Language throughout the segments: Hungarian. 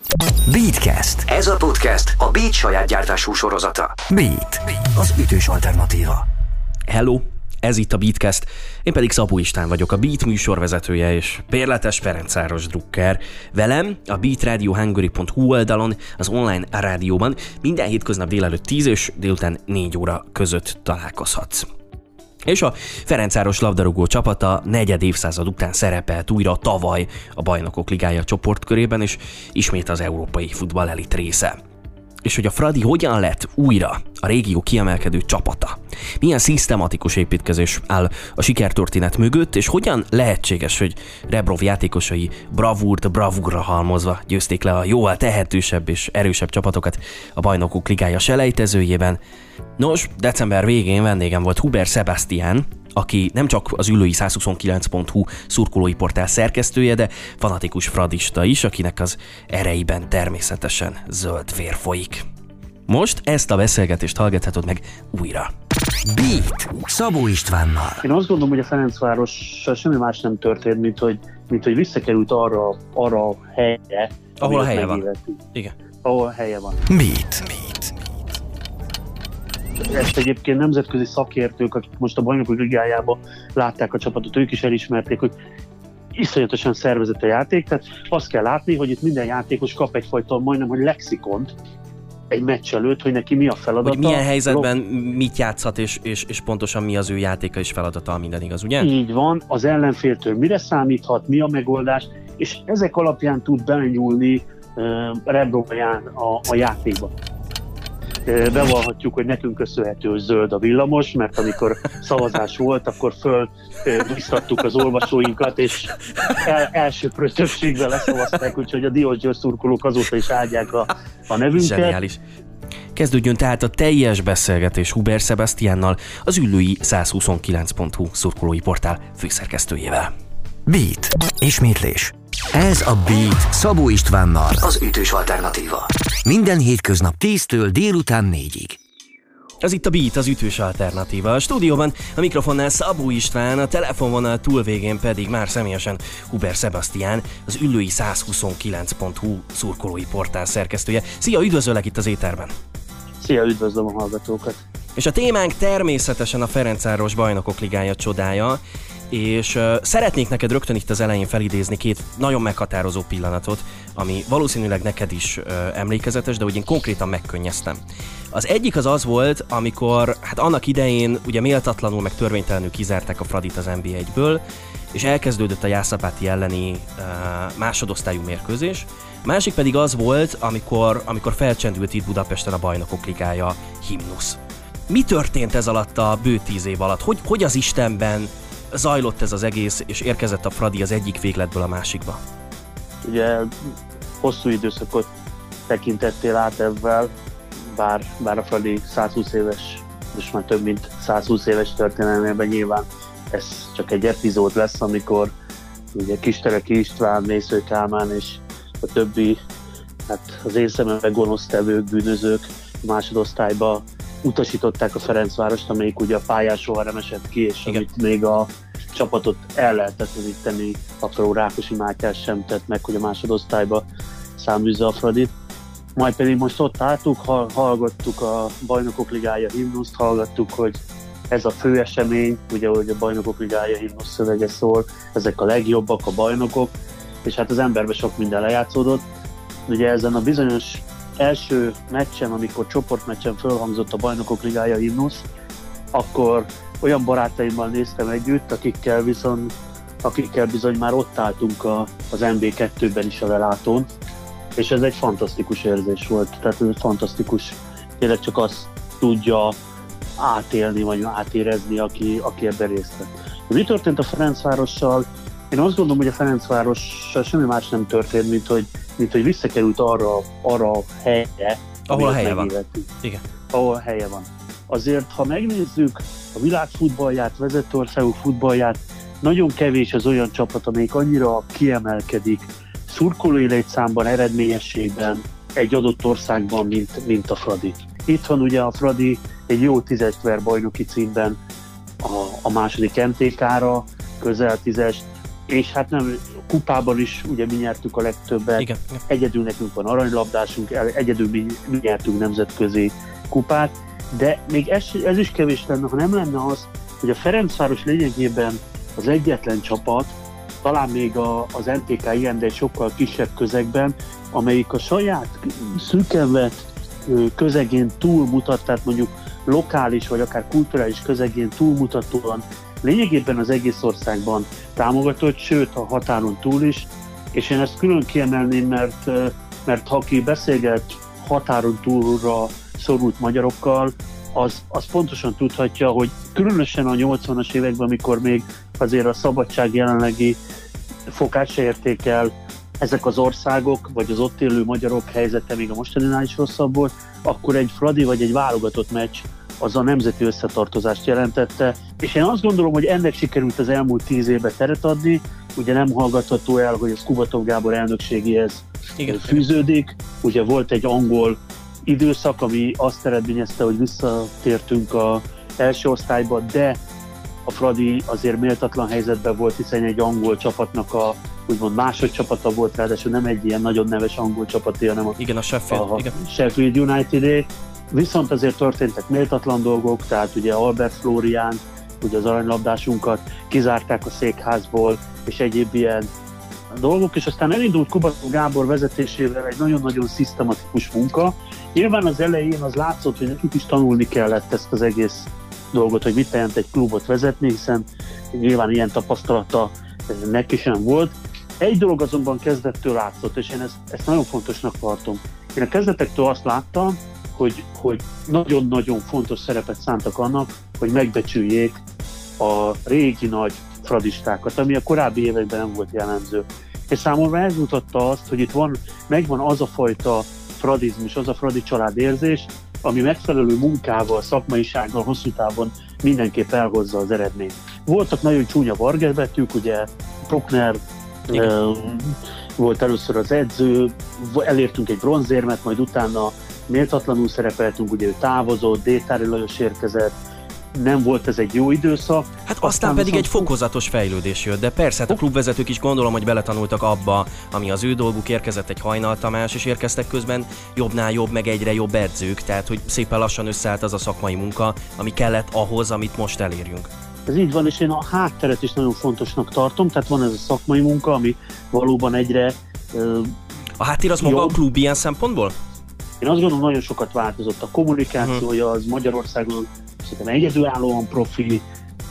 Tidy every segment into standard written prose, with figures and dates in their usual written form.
Beatcast. Ez a podcast a Beat saját gyártású sorozata. Beat, az ütős alternatíva. Hello, ez itt a Beatcast. Én pedig Szabó István vagyok, a Beat műsorvezetője és bérletes Ferencváros drukker. Velem a beatradio.hungary.hu oldalon, az online rádióban minden hétköznap délelőtt 10 és délután 4 óra között találkozhatsz. És a Ferencváros labdarúgó csapata negyed évszázad után szerepelt újra tavaly a Bajnokok Ligája csoportkörében, és ismét az európai futball elit része. És hogy a Fradi hogyan lett újra a régió kiemelkedő csapata? Milyen szisztematikus építkezés áll a sikertörténet mögött, és hogyan lehetséges, hogy Rebrov játékosai bravúrra halmozva győzték le a jóval tehetősebb és erősebb csapatokat a Bajnokok Ligája selejtezőjében? Nos, december végén vendégem volt Huber Sebastian, aki nem csak az ülői 129.hu szurkolói portál szerkesztője, de fanatikus fradista is, akinek az ereiben természetesen zöld vér folyik. Most ezt a beszélgetést hallgathatod meg újra. Beat Szabó Istvánnal. Én azt gondolom, hogy a Ferencvárossal semmi más nem történt, mint hogy visszakerült arra a helyre, ahol a helye van. Igen. Ahol a helye van. Beat. Ezt egyébként nemzetközi szakértők, akik most a Bajnokok Ligájában látták a csapatot, ők is elismerték, hogy iszonyatosan szervezett a játék, tehát azt kell látni, hogy itt minden játékos kap egyfajta majdnem, hogy lexikont egy meccs előtt, hogy neki mi a feladata. Hogy milyen helyzetben mit játszhat, és pontosan mi az ő játéka és feladata, minden igaz, ugye? Így van, az ellenféltől mire számíthat, mi a megoldás, és ezek alapján tud belenyúlni Rebrovján a játékba. Bevallhatjuk, hogy nekünk köszönhető zöld a villamos, mert amikor szavazás volt, akkor fölbiztattuk az olvasóinkat, és elsőprő többségben leszavazták, úgyhogy a Diós Győr szurkolók azóta is áldják a nevünket. Zseniális. Kezdődjön tehát a teljes beszélgetés Huber Sebastiannal, az ülői 129.hu szurkolói portál főszerkesztőjével. Beat. Ismétlés. Ez a Beat Szabó Istvánnal, az ütős alternatíva. Minden hétköznap 10-től délután 4-ig. Ez itt a Beat, az ütős alternatíva. A stúdióban a mikrofonnál Szabó István, a telefonvonal túlvégén pedig már személyesen Huber Sebastian, az ülői 129.hu szurkolói portál szerkesztője. Szia, üdvözöllek itt az éterben! Szia, üdvözlöm a hallgatókat! És a témánk természetesen a Ferencváros Bajnokok Ligája csodája, és szeretnék neked rögtön itt az elején felidézni két nagyon meghatározó pillanatot, ami valószínűleg neked is emlékezetes, de úgy én konkrétan megkönnyeztem. Az egyik az volt, amikor annak idején ugye méltatlanul meg törvénytelenül kizárták a Fradit az NB1-ből, és elkezdődött a Jászapáti elleni másodosztályú mérkőzés. Másik pedig az volt, amikor felcsendült itt Budapesten a Bajnokok Ligája himnusz. Mi történt ez alatt a bő 10 év alatt? Hogy az Istenben zajlott ez az egész, és érkezett a Fradi az egyik végletből a másikba? Ugye hosszú időszakot tekintettél át ebben, bár a Fradi 120 éves, és már több mint 120 éves történelmében nyilván ez csak egy epizód lesz, amikor ugye Kistereki István, Mésző Kálmán és a többi, az én szememben gonosztevők, bűnözők másodosztályba utasították a Ferencvárost, amelyik ugye a pályán soha nem esett ki, és amit még a csapatot ellehetetleníteni akaró Rákosi Mátyás sem tett meg, hogy a másodosztályba száműzze a Fradit. Majd pedig most ott álltuk, hallgattuk a Bajnokok Ligája himnuszt, hallgattuk, hogy ez a fő esemény, ugye, hogy a Bajnokok Ligája himnusz szövege szól, ezek a legjobbak a bajnokok, és hát az emberben sok minden lejátszódott. Ugye ezen a bizonyos első meccsen, amikor csoportmeccsen fölhangzott a Bajnokok Ligája himnusz, akkor olyan barátaimmal néztem együtt, akikkel bizony már ott álltunk az NB2-ben is a lelátón, és ez egy fantasztikus érzés volt, tehát ez egy fantasztikus, tényleg csak azt tudja átélni, vagy átérezni, aki ebben részt vett. Mi történt a Ferencvárossal? Én azt gondolom, hogy a Ferencvárossal semmi más nem történt, mint hogy visszakerült arra a helyre, ahol a helye van. Igen. Ahol a helye van. Azért, ha megnézzük a világ futballját, vezető országok futballját, nagyon kevés az olyan csapat, amelyik annyira kiemelkedik szurkolói létszámban, eredményességben egy adott országban, mint a Fradi. Itt van ugye a Fradi egy jó 10-est ver bajnoki címben a második MTK-ra, közel 10-est, és hát nem kupában is ugye mi nyertük a legtöbbet, igen. Egyedül nekünk van aranylabdásunk, egyedül mi nyertünk nemzetközi kupát, de még ez is kevés lenne, ha nem lenne az, hogy a Ferencváros lényegében az egyetlen csapat, talán még az NTK ilyen, de egy sokkal kisebb közegben, amelyik a saját szűken vett közegén túlmutat, tehát mondjuk lokális vagy akár kulturális közegén túlmutatóan lényegében az egész országban támogatott, sőt a határon túl is, és én ezt külön kiemelném, mert ha aki beszélget határon túlra szorult magyarokkal, az pontosan tudhatja, hogy különösen a 80-as években, amikor még azért a szabadság jelenlegi fokát se érték el ezek az országok, vagy az ott élő magyarok helyzete még a mostaninál is rosszabb volt, akkor egy fradi vagy egy válogatott meccs az a nemzeti összetartozást jelentette, és én azt gondolom, hogy ennek sikerült az elmúlt 10 évben teret adni, ugye nem hallgatható el, hogy ez Kubatov Gábor elnökségéhez fűződik, ugye volt egy angol időszak, ami azt eredményezte, hogy visszatértünk az első osztályba, de a Fradi azért méltatlan helyzetben volt, hiszen egy angol csapatnak a úgymond másodcsapata volt, ráadásul nem egy ilyen nagyon neves angol csapaté, hanem a Sheffield United-é. Viszont azért történtek méltatlan dolgok, tehát ugye Albert Flórián, ugye az aranylabdásunkat kizárták a székházból, és egyéb ilyen dolgok, és aztán elindult Kubatov Gábor vezetésével egy nagyon-nagyon szisztematikus munka. Nyilván az elején az látszott, hogy nekik is tanulni kellett ezt az egész dolgot, hogy mit jelent egy klubot vezetni, hiszen nyilván ilyen tapasztalata neki sem volt. Egy dolog azonban kezdettől látszott, és én ezt nagyon fontosnak tartom. Én a kezdetektől azt láttam, hogy nagyon-nagyon fontos szerepet szántak annak, hogy megbecsüljék a régi nagy fradistákat, ami a korábbi években nem volt jellemző. És számomra ez mutatta azt, hogy itt megvan az a fajta fradizmus, az a fradi család érzés, ami megfelelő munkával, szakmaisággal hosszú távon mindenképp elhozza az eredményt. Voltak nagyon csúnya vargerbetűk, ugye Prokner volt először az edző, elértünk egy bronzérmet, majd utána méltatlanul szerepeltünk, ugye ő távozott, Détári Lajos érkezett, nem volt ez egy jó időszak. Hát aztán pedig egy fokozatos fejlődés jött, de persze, hát a klubvezetők is gondolom, hogy beletanultak abba, ami az ő dolguk, érkezett egy Hajnal Tamás, és érkeztek közben jobbnál jobb, meg egyre jobb edzők, tehát hogy szépen lassan összeállt az a szakmai munka, ami kellett ahhoz, amit most elérjünk. Ez így van, és én a hátteret is nagyon fontosnak tartom, tehát van ez a szakmai munka, ami valóban egyre a háttér az maga a klub ilyen szempontból? Én azt gondolom, nagyon sokat változott. A kommunikációja az Magyarországon szerintem egyedülállóan profi,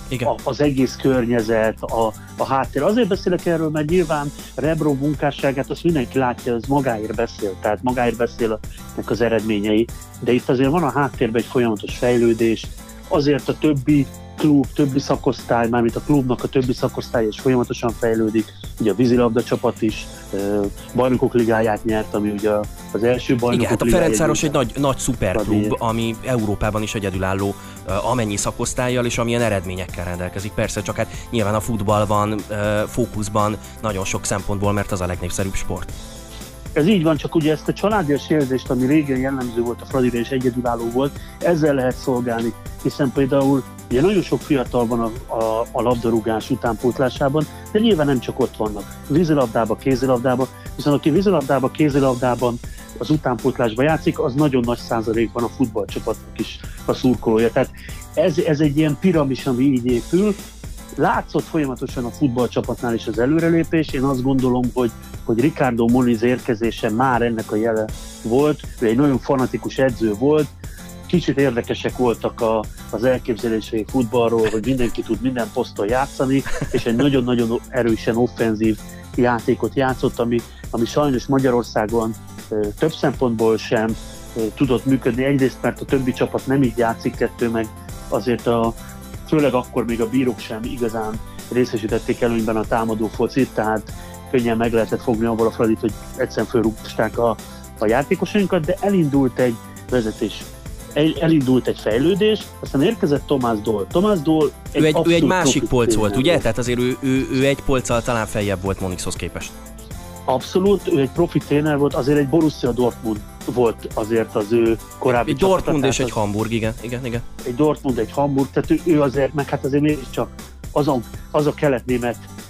az egész környezet, a háttér. Azért beszélek erről, mert nyilván Rebro munkásságát azt mindenki látja, az magáért beszél, tehát magáért beszélnek az eredményei, de itt azért van a háttérben egy folyamatos fejlődés, azért a többi klub, többi szakosztály, mármint a klubnak a többi szakosztály is folyamatosan fejlődik, ugye a vízilabda csapat is bajnokok ligáját nyert, ami ugye az első bajnokok ligája. Igen, hát a Ferencváros egy nagy szuperklub, ami Európában is egyedülálló amennyi szakosztállyal és amilyen eredményekkel rendelkezik. Persze, csak hát nyilván a futball van fókuszban nagyon sok szempontból, mert az a legnépszerűbb sport. Ez így van, csak ugye ezt a családias érzést, ami régen jellemző volt a Fradira és egyedülálló volt, ezzel lehet szolgálni, hiszen például ugye nagyon sok fiatal van a labdarúgás utánpótlásában, de nyilván nem csak ott vannak. Vízilabdába, kézilabdába, viszont aki vízilabdába, kézilabdában az utánpótlásban játszik, az nagyon nagy százalékban a futballcsapatnak is a szurkolója. Tehát ez egy ilyen piramis, ami így épül. Látszott folyamatosan a futballcsapatnál is az előrelépés. Én azt gondolom, hogy Ricardo Moniz érkezése már ennek a jele volt. Ő egy nagyon fanatikus edző volt. Kicsit érdekesek voltak az elképzelései futballról, hogy mindenki tud minden poszton játszani, és egy nagyon-nagyon erősen offenzív játékot játszott, ami sajnos Magyarországon több szempontból sem tudott működni. Egyrészt, mert a többi csapat nem így játszik, kettő meg azért főleg akkor még a bírók sem igazán részesítették előnyben a támadó focit, tehát könnyen meg lehetett fogni abból a Fradit, hogy egyszerűen fölrúgták a játékosainkat, de elindult egy vezetés. Elindult egy fejlődés, aztán érkezett Tomás Doll. Tomás Doll ő egy másik polc volt, ugye? Tehát azért ő egy polccal talán feljebb volt Monixhoz képest. Abszolút, ő egy profi tréner volt, azért egy Borussia Dortmund volt azért az ő korábbi egy Dortmund és egy Hamburg, igen. Egy Dortmund, egy Hamburg, tehát ő azért, meg hát azért mégiscsak az a kelet-német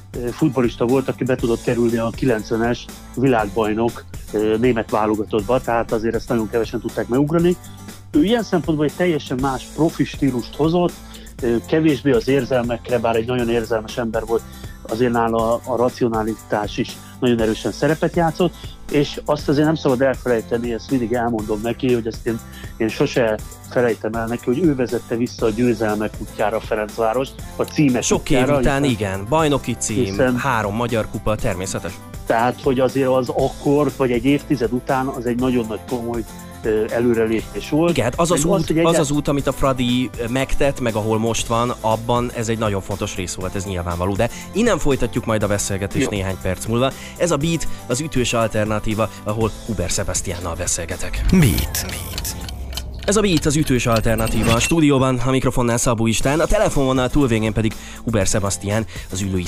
futballista volt, aki be tudott kerülni a 90-es világbajnok német válogatottba, tehát azért ezt nagyon kevesen tudták megugrani. Ő ilyen szempontból egy teljesen más profi stílust hozott, kevésbé az érzelmekre, bár egy nagyon érzelmes ember volt, azért nála a racionalitás is nagyon erősen szerepet játszott, és azt azért nem szabad elfelejteni, ezt mindig elmondom neki, hogy ezt én sose felejtem el neki, hogy ő vezette vissza a győzelmek útjára Ferencvárost, a címek sok útjára. Év után igen, bajnoki cím, 3 magyar kupa, természetes. Tehát, hogy azért az akkor, vagy egy évtized után az egy nagyon nagy komoly előrelépés volt. Igen, az az út, amit a Fradi megtett, meg ahol most van, abban ez egy nagyon fontos rész volt, ez nyilvánvaló, de innen folytatjuk majd a beszélgetést néhány perc múlva. Ez a Beat, az ütős alternatíva, ahol Huber Sebastiánnal beszélgetek. Beat. Ez a Beat, az ütős alternatíva. A stúdióban a mikrofonnál Szabó István, a telefonvonal túlvégén pedig Huber Sebastián, az ülői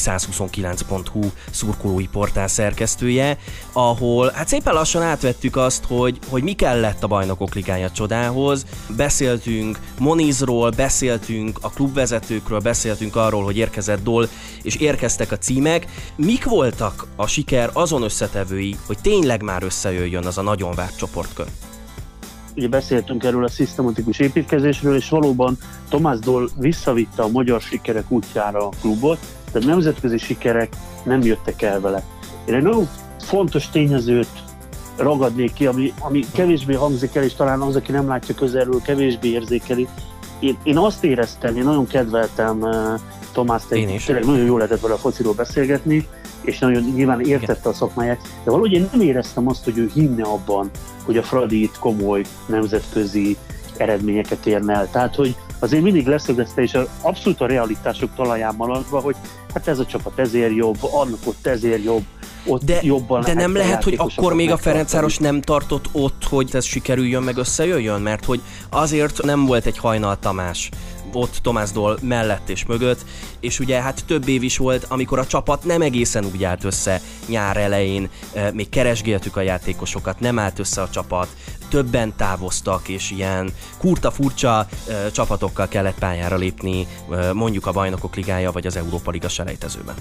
129.hu szurkolói portál szerkesztője, ahol hát szépen lassan átvettük azt, hogy mi kellett a Bajnokok Ligája csodához. Beszéltünk Monizról, beszéltünk a klubvezetőkről, beszéltünk arról, hogy érkezett Dól, és érkeztek a címek. Mik voltak a siker azon összetevői, hogy tényleg már összejöjjön az a nagyon várt csoportkör? Ugye beszéltünk erről a szisztematikus építkezésről, és valóban Tomás Doll visszavitte a magyar sikerek útjára a klubot, de nemzetközi sikerek nem jöttek el vele. Én egy nagyon fontos tényezőt ragadnék ki, ami kevésbé hangzik el, és talán az, aki nem látja közelről, kevésbé érzékeli. Én azt éreztem, én nagyon kedveltem Tomást, tényleg nagyon jól lehetett vele a fociról beszélgetni, és nagyon nyilván értette a szakmáját, de valahogy én nem éreztem azt, hogy ő hinne abban, hogy a Fradi itt komoly nemzetközi eredményeket érne el. Tehát, hogy azért mindig leszögezte, és abszolút a realitások talaján maradva, hogy hát ez a csapat ezért jobb, annak ott ezért jobb, ott jobban de nem lehet, hogy akkor még a Ferencváros nem tartott ott, hogy ez sikerüljön, meg összejöjjön, mert hogy azért nem volt egy Hajnal Tamás ott Tomás Doll mellett és mögött, és ugye hát több év is volt, amikor a csapat nem egészen úgy állt össze nyár elején, még keresgéltük a játékosokat, nem állt össze a csapat, többen távoztak, és ilyen kurta furcsa csapatokkal kellett pályára lépni, mondjuk a Bajnokok Ligája vagy az Európa Liga selejtezőben.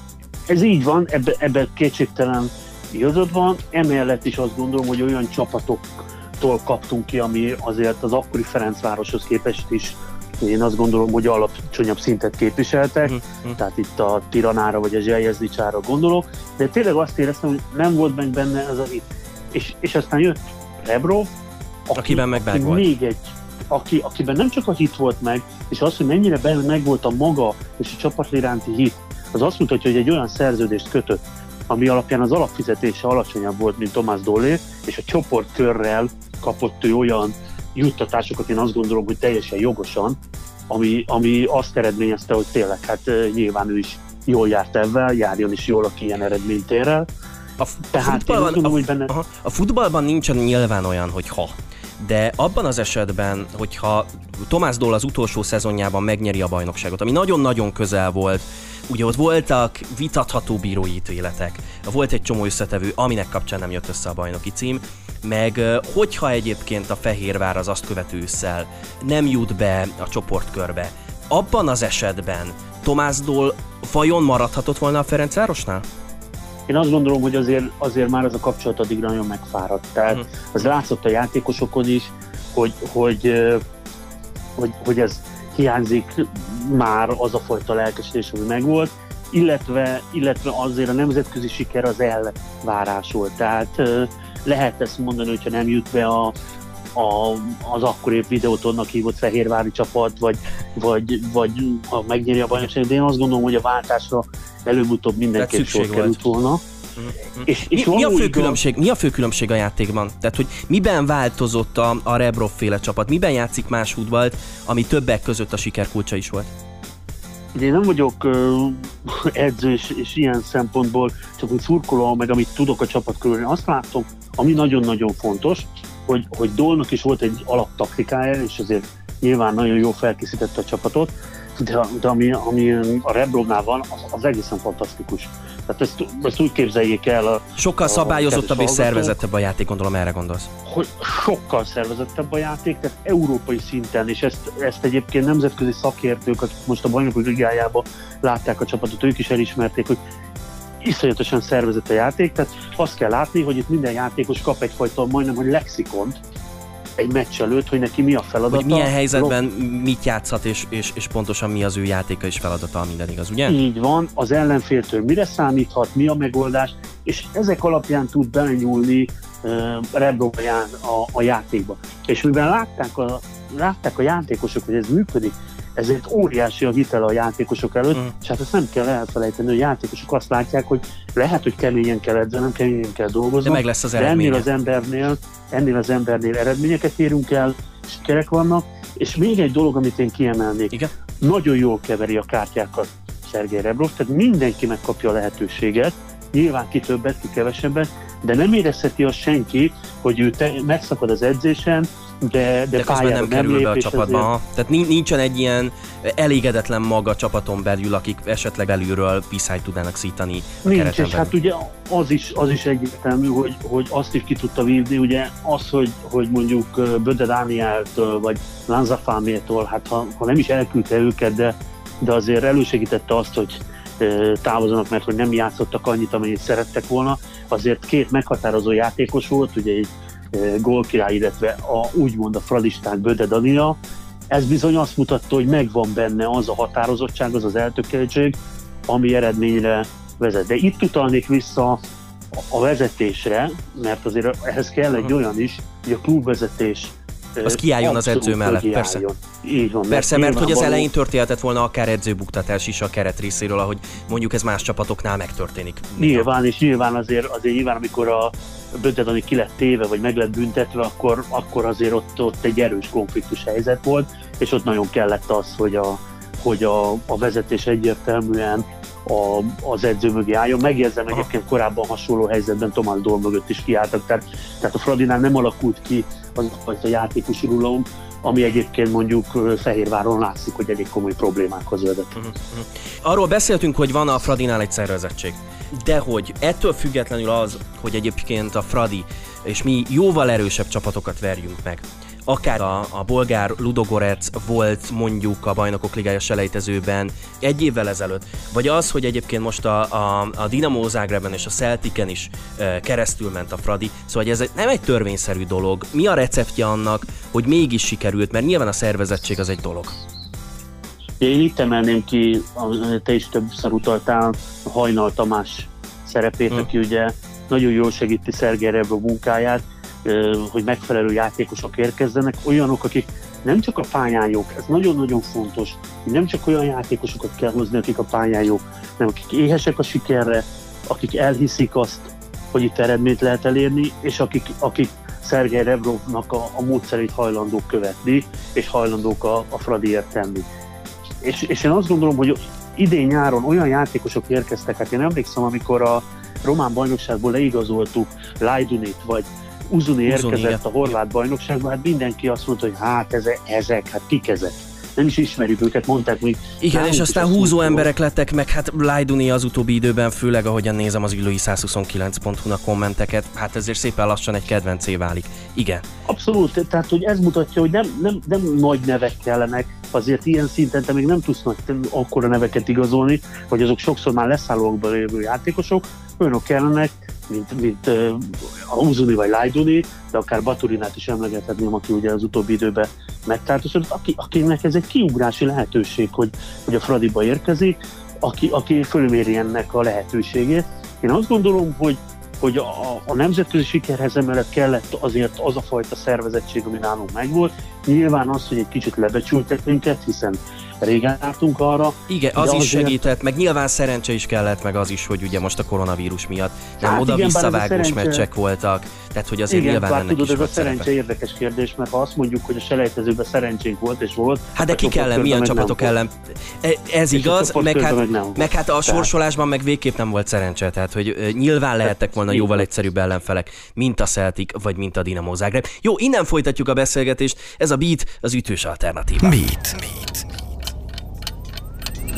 Ez így van, ebben kétségtelen igazad van, emellett is azt gondolom, hogy olyan csapatoktól kaptunk ki, ami azért az akkori Ferencvároshoz képest is én azt gondolom, hogy alacsonyabb szintet képviseltek, tehát itt a Tiranára vagy a Zseljeznicsára gondolok, de tényleg azt éreztem, hogy nem volt meg benne ez a hit. És aztán jött Rebrov, akiben meg volt. Akiben nem csak a hit volt meg, és az, hogy mennyire benne meg volt a maga és a csapat iránti hit, az azt mutatja, hogy egy olyan szerződést kötött, ami alapján az alapfizetése alacsonyabb volt, mint Tomás Dollé, és a csoportkörrel kapott ő olyan juttatásokat, én azt gondolom, hogy teljesen jogosan, ami azt eredményezte, hogy tényleg hát nyilván ő is jól járt ebben, járjon is jól, aki ilyen eredményt ér el. A futballban nincsen nyilván olyan, hogy de abban az esetben, hogyha Tomás Doll az utolsó szezonjában megnyeri a bajnokságot, ami nagyon-nagyon közel volt, ugye ott voltak vitatható bírói ítéletek, volt egy csomó összetevő, aminek kapcsán nem jött össze a bajnoki cím, meg hogyha egyébként a Fehérvár az azt követő ősszel nem jut be a csoportkörbe, abban az esetben Tomás Doll vajon maradhatott volna a Ferencvárosnál? Én azt gondolom, hogy azért már ez a kapcsolat addig nagyon megfáradt. Tehát az látszott a játékosokon is, hogy ez hiányzik már az a fajta lelkesedés, ami megvolt, illetve azért a nemzetközi siker az elvárás volt. Tehát lehet ezt mondani, hogyha nem jut be az akkor épp Videótonnak hívott fehérvári csapat, vagy ha megnyeri a bajnokságot, de én azt gondolom, hogy a váltásra előbb-utóbb mindenképp sor került volna. Mi a fő különbség a játékban? Tehát, hogy miben változott a Rebrov-féle csapat? Miben játszik más futballt, ami többek között a siker kulcsa is volt? Én nem vagyok edző, és ilyen szempontból csak úgy szurkoló, meg amit tudok a csapat körül. Azt látom, ami nagyon-nagyon fontos, hogy Dollnak is volt egy alaptaktikája, és azért nyilván nagyon jól felkészítette a csapatot, de ami a Rebrovnál van, az egészen fantasztikus. Tehát ezt úgy képzeljék el. Sokkal szabályozottabb és szervezettebb a játék, gondolom erre gondolsz. Hogy sokkal szervezettebb a játék, tehát európai szinten, és ezt egyébként nemzetközi szakértők, akik most a Bajnokok Ligájában látták a csapatot, ők is elismerték, hogy iszonyatosan szervezett a játék, tehát azt kell látni, hogy itt minden játékos kap egyfajta majdnem, hogy lexikont egy meccs előtt, hogy neki mi a feladata. Hogy milyen helyzetben mit játszhat, és pontosan mi az ő játéka és feladata, minden igaz, ugye? Így van, az ellenféltől mire számíthat, mi a megoldás, és ezek alapján tud belenyúlni Rebrov a játékba. És mivel látták a játékosok, hogy ez működik, ezért óriási a hitel a játékosok előtt, és hát ezt nem kell elfelejteni, hogy a játékosok azt látják, hogy lehet, hogy keményen kell edzeni, keményen kell dolgozni, de meg lesz az eredménye. Ennél az embernél eredményeket érünk el, sikerek vannak, és még egy dolog, amit én kiemelnék, igen? Nagyon jól keveri a kártyákat Szergej Rebrov, tehát mindenki megkapja a lehetőséget, nyilván ki többet, ki kevesebbet, de nem érezheti azt senki, hogy ő megszakad az edzésen, de pályára nem kerül lép, be a csapatba. Azért... Tehát nincsen egy ilyen elégedetlen maga csapaton belül, akik esetleg belülről piszályt tudnának szítani a nincs, kereten és belül. hát ugye az is egyértelmű, hogy azt is ki tudta vívni, ugye az, hogy mondjuk Böde Dánieltől, vagy Lanzafámétól, hát ha nem is elküldte őket, de azért elősegítette azt, hogy távozanak, mert hogy nem játszottak annyit, amennyit szerettek volna. Azért két meghatározó játékos volt, ugye egy gólkirály, illetve úgymond a fradisták Böde Daniel. Ez bizony azt mutatta, hogy megvan benne az a határozottság, az eltökéltség, ami eredményre vezet. De itt utalnék vissza a vezetésre, mert azért ehhez kell egy olyan is, hogy a klubvezetés az kiálljon az edző mellett, persze. Így van. Persze, mert hogy az elején történhetett volna akár edzőbuktatás is a keret részéről, ahogy mondjuk ez más csapatoknál megtörténik. Nyilván, és nyilván azért amikor a Böde Dani ki lett téve, vagy meg lett büntetve, akkor azért ott egy erős konfliktus helyzet volt, és ott nagyon kellett az, hogy a vezetés egyértelműen az edző mögé álljon. Megjegyzem, egyébként korábban hasonló helyzetben Tomás Doll mögött is kiálltak, tehát a Fradinál nem alakult ki az a fajta játékos uralom, ami egyébként mondjuk Fehérváron látszik, hogy elég komoly problémákhoz vezet. Arról beszéltünk, hogy van a Fradinál egy szervezettség, de hogy ettől függetlenül az, hogy egyébként a Fradi és mi jóval erősebb csapatokat verjünk meg. Akár a bolgár Ludogorec volt mondjuk a Bajnokok Ligája selejtezőben egy évvel ezelőtt, vagy az, hogy egyébként most a Dinamo Zágrebben és a Celticen is keresztül ment a Fradi, szóval ez nem egy törvényszerű dolog. Mi a receptje annak, hogy mégis sikerült, mert nyilván a szervezettség az egy dolog. Én itt emelném ki, te is többször utaltál, a Hajnal Tamás szerepét, aki ugye nagyon jól segíti Szergej Rebrov munkáját, hogy megfelelő játékosok érkezzenek, olyanok, akik nem csak a pályán jók, ez nagyon-nagyon fontos, hogy nem csak olyan játékosokat kell hozni, akik a pályán jók, hanem akik éhesek a sikerre, akik elhiszik azt, hogy itt eredményt lehet elérni, és akik Szergej Rebrovnak a módszerét hajlandók követni, és hajlandók a Fradiért tenni. És én azt gondolom, hogy idén nyáron olyan játékosok érkeztek, hát én emlékszem, amikor a román bajnokságból leigazoltuk Lajdunit, vagy Uzuni érkezett a horvát bajnokságban, hát mindenki azt mondta, hogy hát ezek, hát kik ezek? Nem is ismerjük őket, mondták még. Igen, és aztán húzó emberek lettek, meg hát Lajduni az utóbbi időben, főleg ahogyan nézem az ülői 129.hu-n a kommenteket, hát ezért szépen lassan egy kedvencé válik. Igen. Abszolút, tehát hogy ez mutatja, hogy nem nagy nevek kellenek, azért ilyen szinten te még nem tudsz akkora neveket igazolni, hogy azok sokszor már leszállókban lévő játékosok, olyanok kellenek, mint a Uzuni vagy Lajduni, de akár Baturinát is emlegethetném, aki ugye az utóbbi időben megtartózkodott, akinek ez egy kiugrási lehetőség, hogy a Fradiba érkezik, aki fölméri ennek a lehetőségét. Én azt gondolom, hogy a nemzetközi sikerhez emellett kellett azért az a fajta szervezettség, ami nálunk megvolt. Nyilván az, hogy egy kicsit lebecsültek minket, hiszen régen álltunk arra. Igen, az is segített, meg nyilván szerencse is kellett, meg az is, hogy ugye most a koronavírus miatt nem oda-visszavágós meccsek voltak, tehát hogy azért igen, nyilván ennek tudod, is ez a szerencse érdekes kérdés, mert ha azt mondjuk, hogy a selejtezőben szerencsénk volt és volt. Hát de kik ellen, milyen csapatok ellen? Ez igaz, meg hát a sorsolásban meg végképp nem volt szerencse, tehát hogy nyilván lehettek volna jóval egyszerűbb ellenfelek, mint a Celtic, vagy mint a Dinamo Zágráb. Jó, innen folytatjuk a beszélgetést, ez a Beat, az ütős alternatíva. Beat.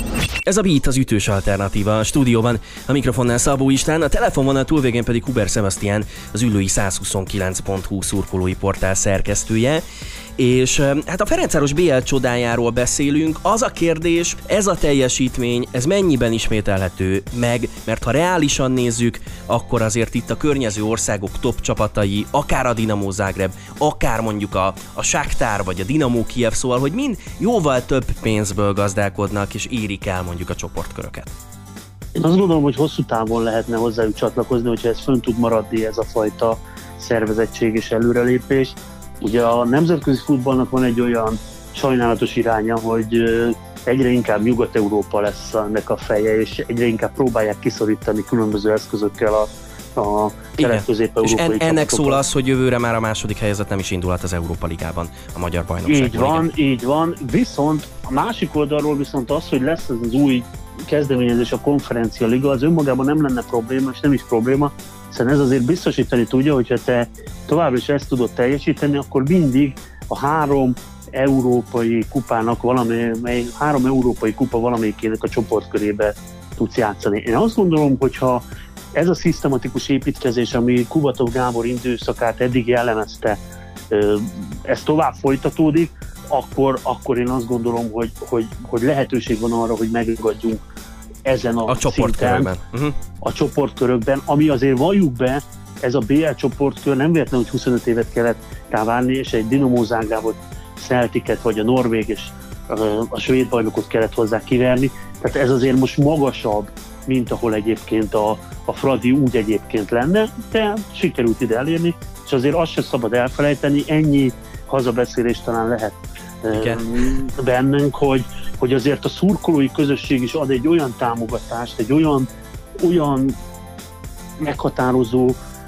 Ez a Beat, az ütős alternatíva. A stúdióban a mikrofonnál Szabó István, a telefonvonal túlvégén pedig Huber Sebastian, az Üllői 129.hu szurkolói portál szerkesztője. És hát a Ferencváros BL csodájáról beszélünk. Az a kérdés, ez a teljesítmény, ez mennyiben ismételhető meg, mert ha reálisan nézzük, akkor azért itt a környező országok top csapatai, akár a Dinamo Zágráb, akár mondjuk a Shakhtar vagy a Dinamo Kijev, szóval, hogy mind jóval több pénzből gazdálkodnak és érik el mondjuk a csoportköröket. Én azt gondolom, hogy hosszú távon lehetne hozzájuk csatlakozni, hogyha ez fönn tud maradni, ez a fajta szervezettség és előrelépés. Ugye a nemzetközi futballnak van egy olyan sajnálatos iránya, hogy egyre inkább Nyugat-Európa lesz ennek a feje, és egyre inkább próbálják kiszorítani különböző eszközökkel a kelet-közép-európai csapatokat. Ennek szól az, hogy jövőre már a második helyzet nem is indulhat az Európa Ligában, a magyar bajnokságban. Így van. Viszont a másik oldalról viszont az, hogy lesz ez az új kezdeményezés, a Konferencia Liga, az önmagában nem lenne probléma, és nem is probléma, hiszen ez azért biztosítani tudja, hogyha te továbbra is ezt tudod teljesíteni, akkor mindig a három európai kupa valamelyikének a csoportkörébe tudsz játszani. Én azt gondolom, hogyha ez a szisztematikus építkezés, ami Kubatov Gábor időszakát eddig jellemezte, ez tovább folytatódik, akkor én azt gondolom, hogy lehetőség van arra, hogy megragadjunk ezen a csoportkörökben. A csoportkörökben, ami azért valljuk be, ez a BL csoportkör nem véletlenül, hogy 25 évet kellett rá várni, és egy Dinamo Zágrábot, Celticet, vagy a norvég és a svéd bajnokot kellett hozzá kiverni. Tehát ez azért most magasabb, mint ahol egyébként a Fradi úgy egyébként lenne, de sikerült ide elérni, és azért azt sem szabad elfelejteni, ennyi hazabeszélés talán lehet bennünk, hogy azért a szurkolói közösség is ad egy olyan támogatást, egy olyan meghatározó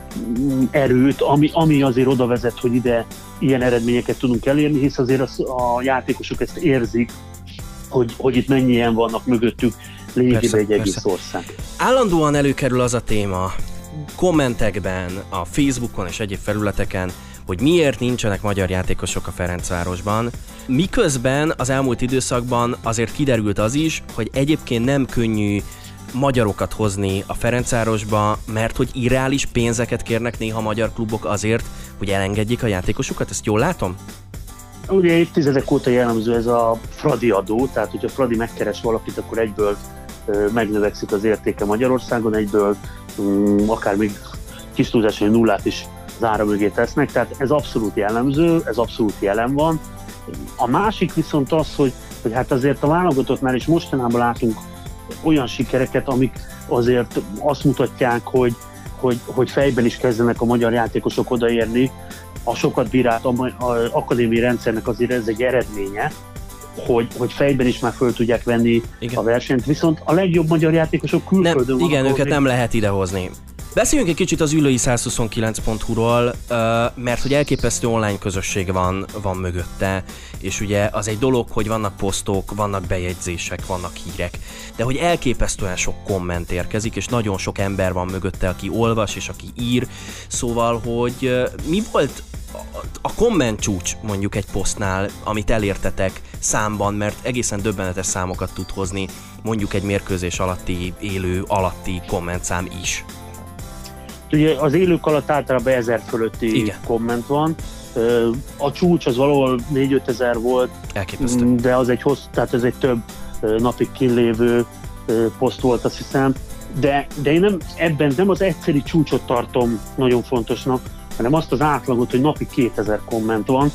erőt, ami azért oda vezet, hogy ide ilyen eredményeket tudunk elérni, hisz azért a játékosok ezt érzik, hogy itt mennyien vannak mögöttük, lényegében egy egész ország. Állandóan előkerül az a téma kommentekben, a Facebookon és egyéb felületeken, hogy miért nincsenek magyar játékosok a Ferencvárosban. Miközben az elmúlt időszakban azért kiderült az is, hogy egyébként nem könnyű magyarokat hozni a Ferencvárosba, mert hogy irreális pénzeket kérnek néha magyar klubok azért, hogy elengedjék a játékosukat, ezt jól látom? Ugye évtizedek óta jellemző ez a Fradi adó, tehát hogyha Fradi megkeres valakit, akkor egyből megnövekszik az értéke Magyarországon, egyből akár még kis túlzáson nullát is zára mögé tesznek, tehát ez abszolút jellemző, ez abszolút jelen van. A másik viszont az, hogy hát azért a válogatottnál is mostanában látunk olyan sikereket, amik azért azt mutatják, hogy fejben is kezdenek a magyar játékosok odaérni. A sokat bírált akadémiai rendszernek azért ez egy eredménye, hogy fejben is már föl tudják venni a versenyt, viszont a legjobb magyar játékosok külföldön vannak. Igen, őket nem lehet idehozni. Beszéljünk egy kicsit az Üllői 129.hu-ról, mert hogy elképesztő online közösség van mögötte, és ugye az egy dolog, hogy vannak posztok, vannak bejegyzések, vannak hírek, de hogy elképesztően sok komment érkezik, és nagyon sok ember van mögötte, aki olvas és aki ír, szóval, hogy mi volt a komment csúcs mondjuk egy posztnál, amit elértetek számban, mert egészen döbbenetes számokat tud hozni mondjuk egy mérkőzés alatti, élő alatti kommentszám is. Ugye az élők alatt általában 1000 fölötti komment van. A csúcs az valahol 4-5 ezer volt, de az egy tehát ez egy több napig kilévő poszt volt, azt hiszem. De én ebben nem az egyszeri csúcsot tartom nagyon fontosnak, hanem azt az átlagot, hogy napi 2000 komment van,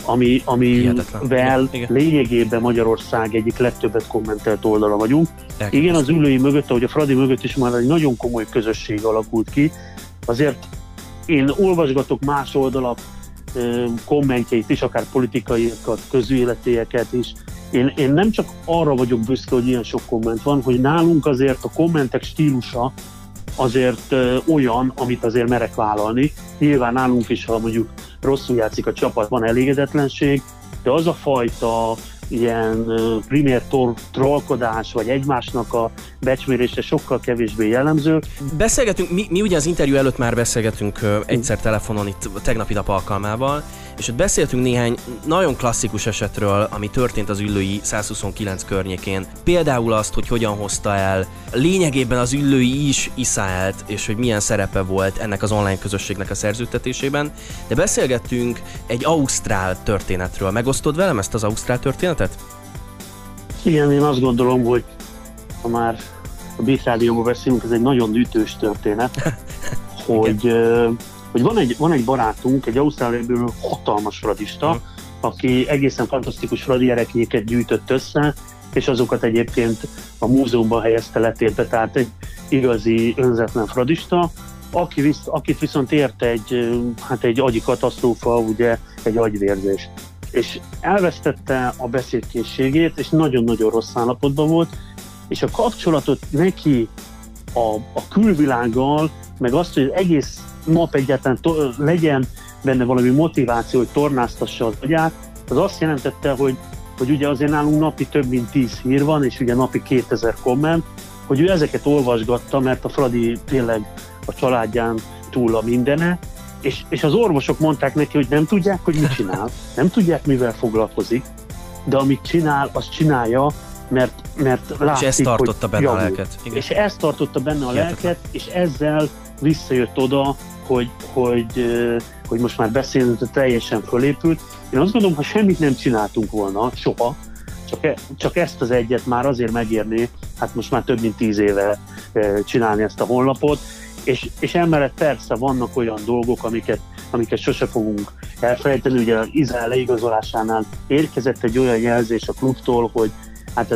amivel lényegében Magyarország egyik legtöbbet kommentelt oldala vagyunk. Igen, az Üllői mögött, ahogy a Fradi mögött is már egy nagyon komoly közösség alakult ki. Azért én olvasgatok más oldalak kommentjeit is, akár politikaiakat, közéletieket is. Én nem csak arra vagyok büszke, hogy ilyen sok komment van, hogy nálunk azért a kommentek stílusa azért olyan, amit azért merek vállalni. Nyilván nálunk is, ha mondjuk rosszul játszik a csapat, van elégedetlenség, de az a fajta ilyen primér trollkodás, vagy egymásnak a becsmérésre sokkal kevésbé jellemző. Beszélgetünk, mi ugye az interjú előtt már beszélgetünk egyszer telefonon itt a tegnapi nap alkalmával, és ott beszéltünk néhány nagyon klasszikus esetről, ami történt az Üllői 129 környékén. Például azt, hogy hogyan hozta el lényegében az Üllői is Iszáelt, és hogy milyen szerepe volt ennek az online közösségnek a szerződtetésében. De beszélgettünk egy ausztrál történetről. Megosztod velem ezt az ausztrál történetet? Igen, én azt gondolom, hogy ha már a Beat Rádióban beszélünk, ez egy nagyon ütős történet, hogy van egy barátunk, egy ausztrál hatalmas fradista, aki egészen fantasztikus fradi ereklyéket gyűjtött össze, és azokat egyébként a múzeumban helyezte letétbe, tehát egy igazi önzetlen fradista, akit viszont ért egy agyi katasztrófa, ugye egy agyvérzés. És elvesztette a beszédkészségét, és nagyon-nagyon rossz állapotban volt, és a kapcsolatot neki a külvilággal, meg azt, hogy egész nap egyáltalán legyen benne valami motiváció, hogy tornáztassa az agyát, az azt jelentette, hogy ugye azért nálunk napi több mint 10 hír van, és ugye napi 2000 komment, hogy ő ezeket olvasgatta, mert a Fradi tényleg a családján túl a mindene, és az orvosok mondták neki, hogy nem tudják, hogy mit csinál, nem tudják, mivel foglalkozik, de amit csinál, azt csinálja, mert látszik, és ez tartotta benne a lelket. Igen. És ez tartotta benne a lelket, és ezzel visszajött oda, hogy most már beszélünk, hogy teljesen fölépült. Én azt gondolom, ha semmit nem csináltunk volna, soha, csak ezt az egyet már azért megérné, hát most már több mint 10 éve csinálni ezt a honlapot, és emellett persze vannak olyan dolgok, amiket sose fogunk elfelejteni. Ugye az Izáel leigazolásánál érkezett egy olyan jelzés a klubtól, hogy hát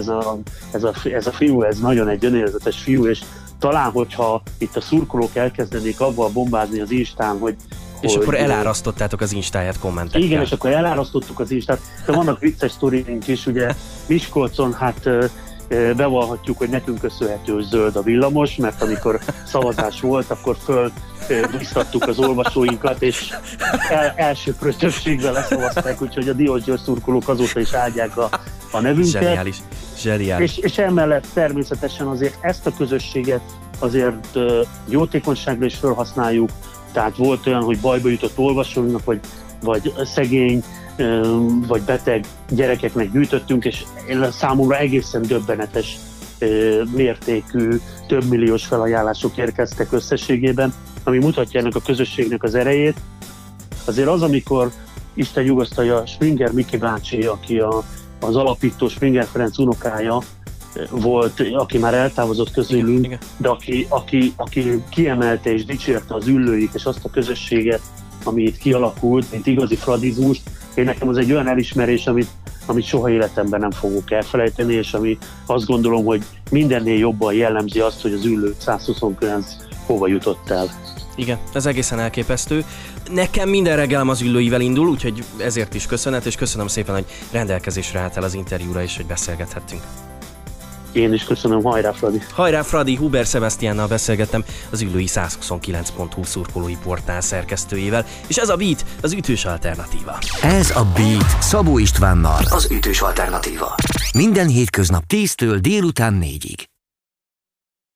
ez a fiú, ez nagyon egy önérzetes fiú, és talán, hogyha itt a szurkolók elkezdenék avval bombázni az Instán, és akkor elárasztottátok az Instáját kommentekkel. Igen, és akkor elárasztottuk az Instát. De vannak vicces sztorink is, ugye Miskolcon, hát bevallhatjuk, hogy nekünk köszönhető, hogy zöld a villamos, mert amikor szavazás volt, akkor fölbiztattuk az olvasóinkat, és elsőprő többségben leszavazták, úgyhogy a Diós Győr szurkolók azóta is áldják a nevünket. Zseniális. És emellett természetesen azért ezt a közösséget azért jótékonyságra is felhasználjuk, tehát volt olyan, hogy bajba jutott olvasóinknak, vagy szegény, vagy beteg gyerekeknek gyűjtöttünk, és számomra egészen döbbenetes mértékű, több milliós felajánlások érkeztek összességében, ami mutatja ennek a közösségnek az erejét. Azért az, amikor Isten nyugosztalja Springer Miki bácsi, aki az alapító Springer Ferenc unokája volt, aki már eltávozott közülünk, igen. De aki kiemelte és dicsérte az Üllőit és azt a közösséget, ami itt kialakult, mint igazi fradizmust. Én nekem az egy olyan elismerés, amit soha életemben nem fogok elfelejteni, és ami azt gondolom, hogy mindennél jobban jellemzi azt, hogy az Üllő 129 hova jutott el. Igen, ez egészen elképesztő. Nekem minden reggelem az Üllőivel indul, úgyhogy ezért is köszönet, és köszönöm szépen, hogy rendelkezésre álltál az interjúra, és hogy beszélgethettünk. Én is köszönöm, hajrá Fradi! Hajrá Fradi, Huber Sebastiánnal beszélgettem, az Üllői 129.hu szurkolói portál szerkesztőjével, és ez a Beat, az ütős alternatíva. Ez a Beat Szabó Istvánnal, az ütős alternatíva. Minden hétköznap 10-től délután 4-ig.